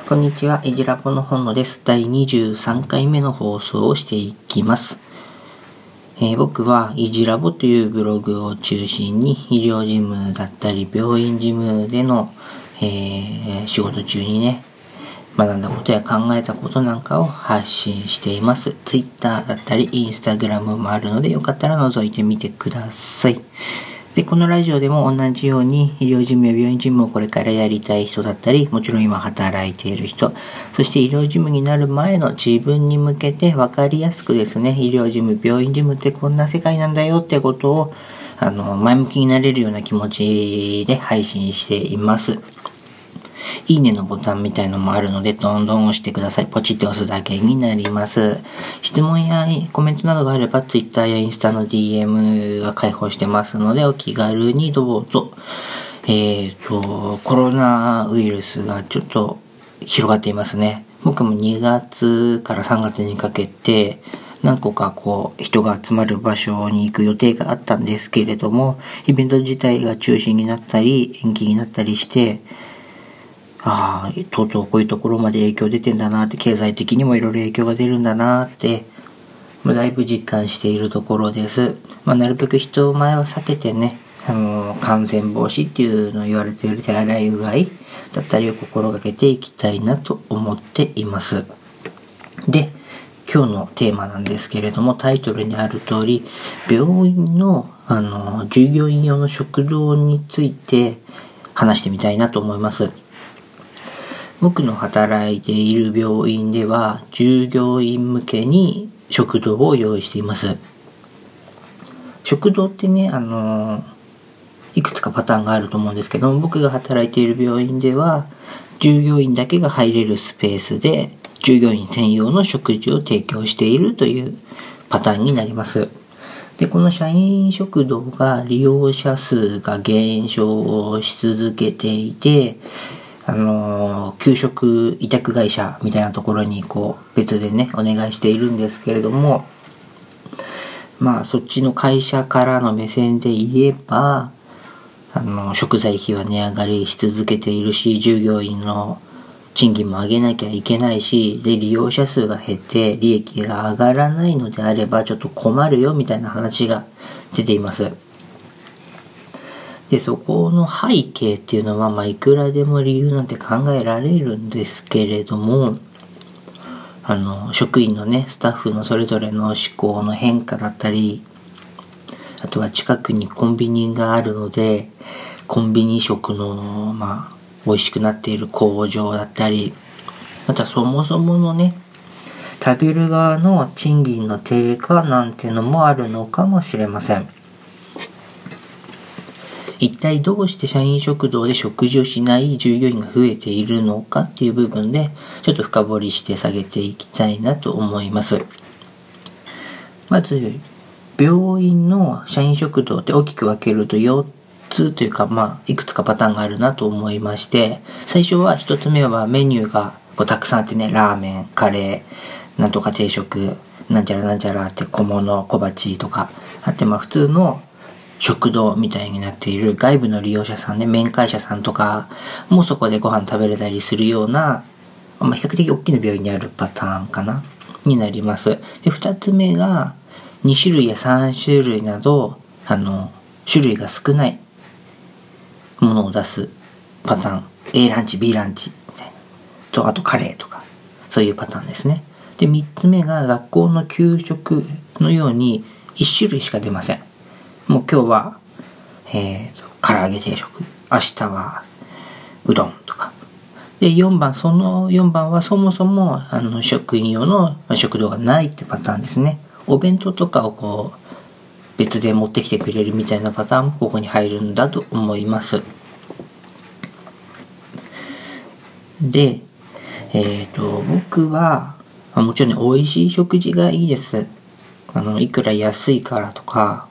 こんにちは、エジラボの本野です。第23回目の放送をしていきます。僕はイジラボというブログを中心に医療事務だったり病院事務での、仕事中にね、学んだことや考えたことなんかを発信しています。Twitter だったり Instagram もあるので、よかったら覗いてみてください。で、このラジオでも同じように医療事務や病院事務をこれからやりたい人だったり、もちろん今働いている人、そして医療事務になる前の自分に向けて分かりやすくですね、医療事務、病院事務ってこんな世界なんだよってことを前向きになれるような気持ちで配信しています。いいねのボタンみたいのもあるので、どんどん押してください。ポチって押すだけになります。質問やコメントなどがあれば、Twitter やインスタの DM は開放してますので、お気軽にどうぞ。コロナウイルスがちょっと広がっていますね。僕も2月から3月にかけて、何個か人が集まる場所に行く予定があったんですけれども、イベント自体が中止になったり、延期になったりして、とうとうこういうところまで影響出てんだなって、経済的にもいろいろ影響が出るんだなって、だいぶ実感しているところです。なるべく人前は避けてね、感染防止っていうのを言われている手洗いうがいだったりを心がけていきたいなと思っています。で、今日のテーマなんですけれども、タイトルにある通り、病院の、従業員用の食堂について話してみたいなと思います。僕の働いている病院では従業員向けに食堂を用意しています。食堂ってね、いくつかパターンがあると思うんですけども、僕が働いている病院では従業員だけが入れるスペースで従業員専用の食事を提供しているというパターンになります。で、この社員食堂が利用者数が減少し続けていて、給食委託会社みたいなところに別でねお願いしているんですけれども、そっちの会社からの目線で言えば食材費は値上がりし続けているし、従業員の賃金も上げなきゃいけないし、で利用者数が減って利益が上がらないのであればちょっと困るよみたいな話が出ています。で、そこの背景っていうのはいくらでも理由なんて考えられるんですけれども、職員のね、スタッフのそれぞれの思考の変化だったり、あとは近くにコンビニがあるので、コンビニ食の、美味しくなっている工場だったり、またそもそものね、食べる側の賃金の低下なんてのもあるのかもしれません。一体どうして社員食堂で食事をしない従業員が増えているのかっていう部分でちょっと深掘りして下げていきたいなと思います。まず病院の社員食堂って大きく分けると4つというかいくつかパターンがあるなと思いまして、最初は1つ目はメニューがたくさんあってね、ラーメン、カレー、なんとか定食、なんちゃらなんちゃらって小物、小鉢とかあって、普通の食堂みたいになっている外部の利用者さんね、面会者さんとかもそこでご飯食べれたりするような、比較的大きな病院にあるパターンかなになります。で、2つ目が2種類や3種類など種類が少ないものを出すパターン、 A ランチ B ランチみたいなと、あとカレーとかそういうパターンですね。で、3つ目が学校の給食のように1種類しか出ません。もう今日は、唐揚げ定食、明日はうどんとかで、その4番はそもそも職員用の食堂がないってパターンですね。お弁当とかを別で持ってきてくれるみたいなパターンもここに入るんだと思います。で、僕はもちろんね、美味しい食事がいいです。いくら安いからとか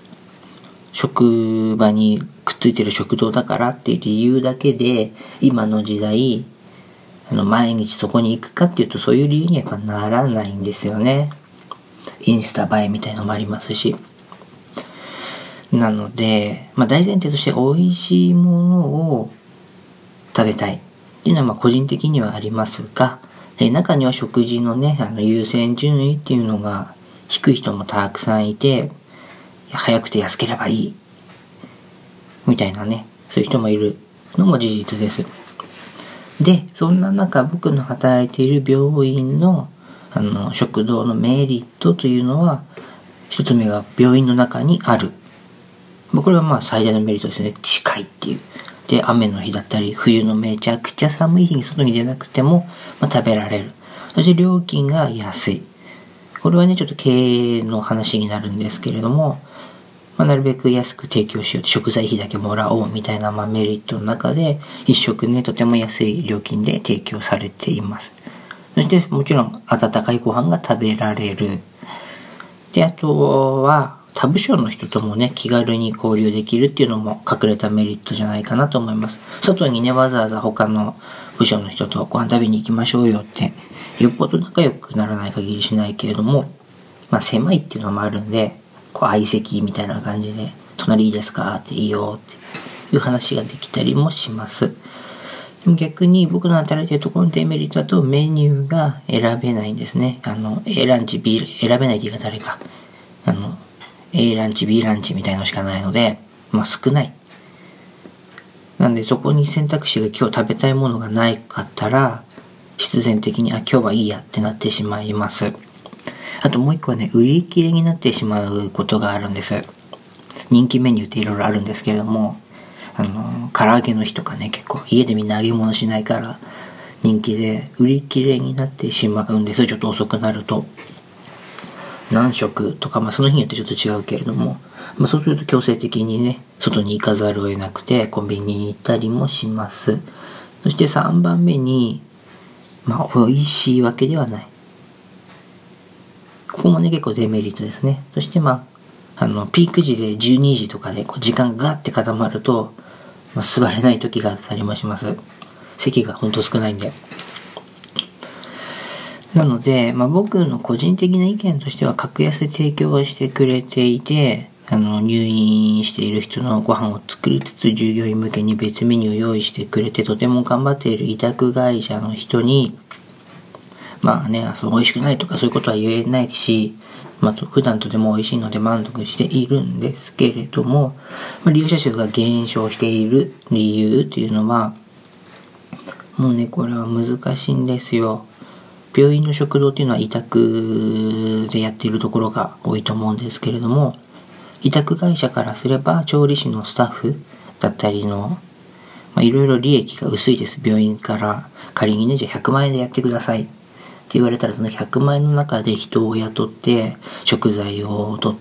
職場にくっついてる食堂だからっていう理由だけで今の時代毎日そこに行くかっていうと、そういう理由にはやっぱならないんですよね。インスタ映えみたいのもありますし、なので、大前提として美味しいものを食べたい。 っていうのは個人的にはありますが、中には食事のね、優先順位っていうのが低い人もたくさんいて、早くて安ければいいみたいなね、そういう人もいるのも事実です。で、そんな中、僕の働いている病院の食堂のメリットというのは、一つ目が病院の中にある。これは最大のメリットですね。近いっていう。で、雨の日だったり、冬のめちゃくちゃ寒い日に外に出なくても、食べられる。そして料金が安い。これはね、ちょっと経営の話になるんですけれども、なるべく安く提供しよう。食材費だけもらおうみたいなメリットの中で、一食ね、とても安い料金で提供されています。そしてもちろん温かいご飯が食べられる。で、あとは他部署の人ともね、気軽に交流できるっていうのも隠れたメリットじゃないかなと思います。外にね、わざわざ他の部署の人とご飯食べに行きましょうよって、よっぽど仲良くならない限りしないけれども、狭いっていうのもあるんで、相席みたいな感じで、隣いいですかっていいよっていう話ができたりもします。でも逆に僕の働いているところのデメリットだとメニューが選べないんですね。A ランチ、B、選べないって言い方あれか。A ランチ、B ランチみたいなのしかないので、少ない。なんでそこに選択肢が今日食べたいものがないかったら、必然的に今日はいいやってなってしまいます。あともう一個はね、売り切れになってしまうことがあるんです。人気メニューっていろいろあるんですけれども、唐揚げの日とかね、結構家でみんな揚げ物しないから人気で売り切れになってしまうんです。ちょっと遅くなると。何食とか、その日によってちょっと違うけれども、そうすると強制的にね、外に行かざるを得なくてコンビニに行ったりもします。そして3番目に、美味しいわけではない。ここもね、結構デメリットですね。そしてピーク時で12時とかで時間がガッて固まると、座れない時があったりもします。席がほんと少ないんで。なので、僕の個人的な意見としては、格安で提供をしてくれていて、入院している人のご飯を作りつつ、従業員向けに別メニューを用意してくれて、とても頑張っている委託会社の人に、美味しくないとかそういうことは言えないし、普段とても美味しいので満足しているんですけれども、利用者数が減少している理由というのは、もうね、これは難しいんですよ。病院の食堂っていうのは委託でやっているところが多いと思うんですけれども、委託会社からすれば調理師のスタッフだったりの、いろいろ利益が薄いです。病院から仮にね、じゃあ100万円でやってくださいって言われたら、その100万円の中で人を雇って食材を取って、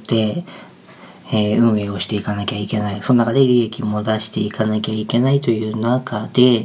運営をしていかなきゃいけない。その中で利益も出していかなきゃいけないという中で、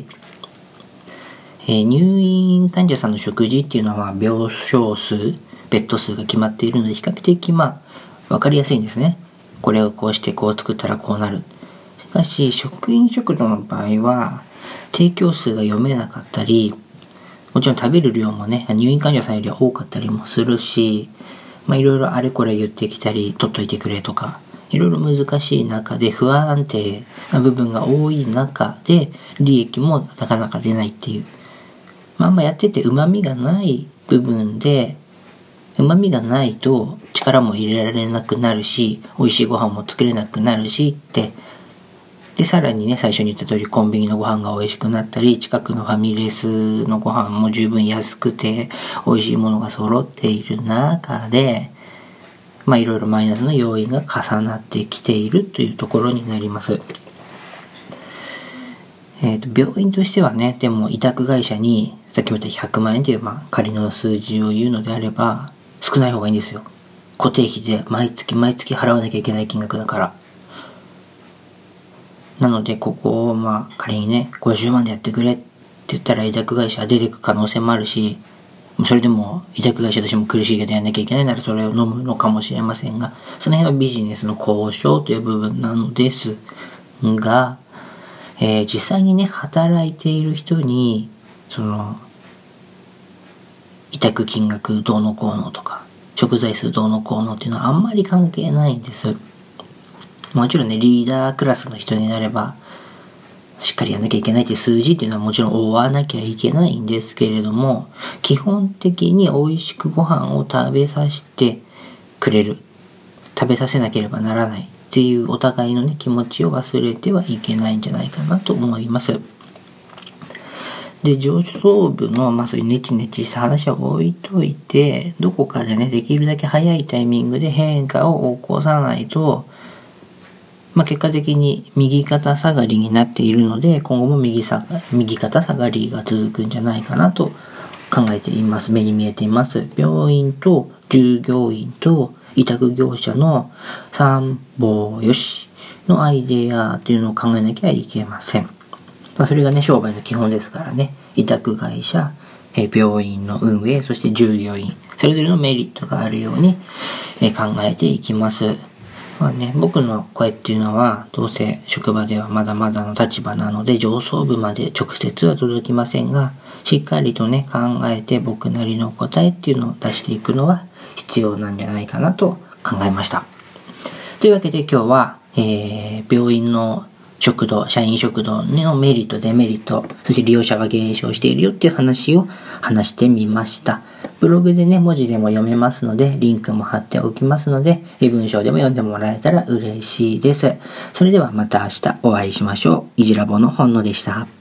入院患者さんの食事っていうのは病床数、ベッド数が決まっているので、比較的分かりやすいんですね。これをこうしてこう作ったらこうなる。しかし職員食堂の場合は提供数が読めなかったり、もちろん食べる量もね、入院患者さんよりは多かったりもするし、いろいろあれこれ言ってきたり、取っといてくれとか、いろいろ難しい中で不安定な部分が多い中で、利益もなかなか出ないっていう。やってて旨味がない部分で、旨味がないと力も入れられなくなるし、美味しいご飯も作れなくなるしって、で、さらにね、最初に言った通りコンビニのご飯が美味しくなったり、近くのファミレスのご飯も十分安くて美味しいものが揃っている中で、いろいろマイナスの要因が重なってきているというところになります。病院としてはね、でも委託会社にさっきも言った100万円という仮の数字を言うのであれば少ない方がいいんですよ。固定費で毎月払わなきゃいけない金額だから。なのでここを仮にね50万でやってくれって言ったら委託会社は出てく可能性もあるし、それでも委託会社としても苦しいけどやんなきゃいけないならそれを飲むのかもしれませんが、その辺はビジネスの交渉という部分なのですが、実際にね働いている人にその委託金額どうのこうのとか食材数どうのこうのっていうのはあんまり関係ないんです。もちろんねリーダークラスの人になればしっかりやんなきゃいけないって数字っていうのはもちろん追わなきゃいけないんですけれども、基本的に美味しくご飯を食べさせてくれる、食べさせなければならないっていうお互いのね気持ちを忘れてはいけないんじゃないかなと思います。で、上層部の、そういうネチネチした話は置いといて、どこかでね、できるだけ早いタイミングで変化を起こさないと、結果的に右肩下がりになっているので、今後も右肩下がりが続くんじゃないかなと考えています。目に見えています。病院と従業員と委託業者の三方よしのアイデアっていうのを考えなきゃいけません。それがね、商売の基本ですからね。委託会社、病院の運営、そして従業員、それぞれのメリットがあるように考えていきます。僕の声っていうのは、どうせ職場ではまだまだの立場なので、上層部まで直接は届きませんが、しっかりとね、考えて僕なりの答えっていうのを出していくのは必要なんじゃないかなと考えました。というわけで今日は、病院の食堂、社員食堂のメリット、デメリット、そして利用者が減少しているよっていう話を話してみました。ブログでね、文字でも読めますので、リンクも貼っておきますので、文章でも読んでもらえたら嬉しいです。それではまた明日お会いしましょう。いじらぼのほんのでした。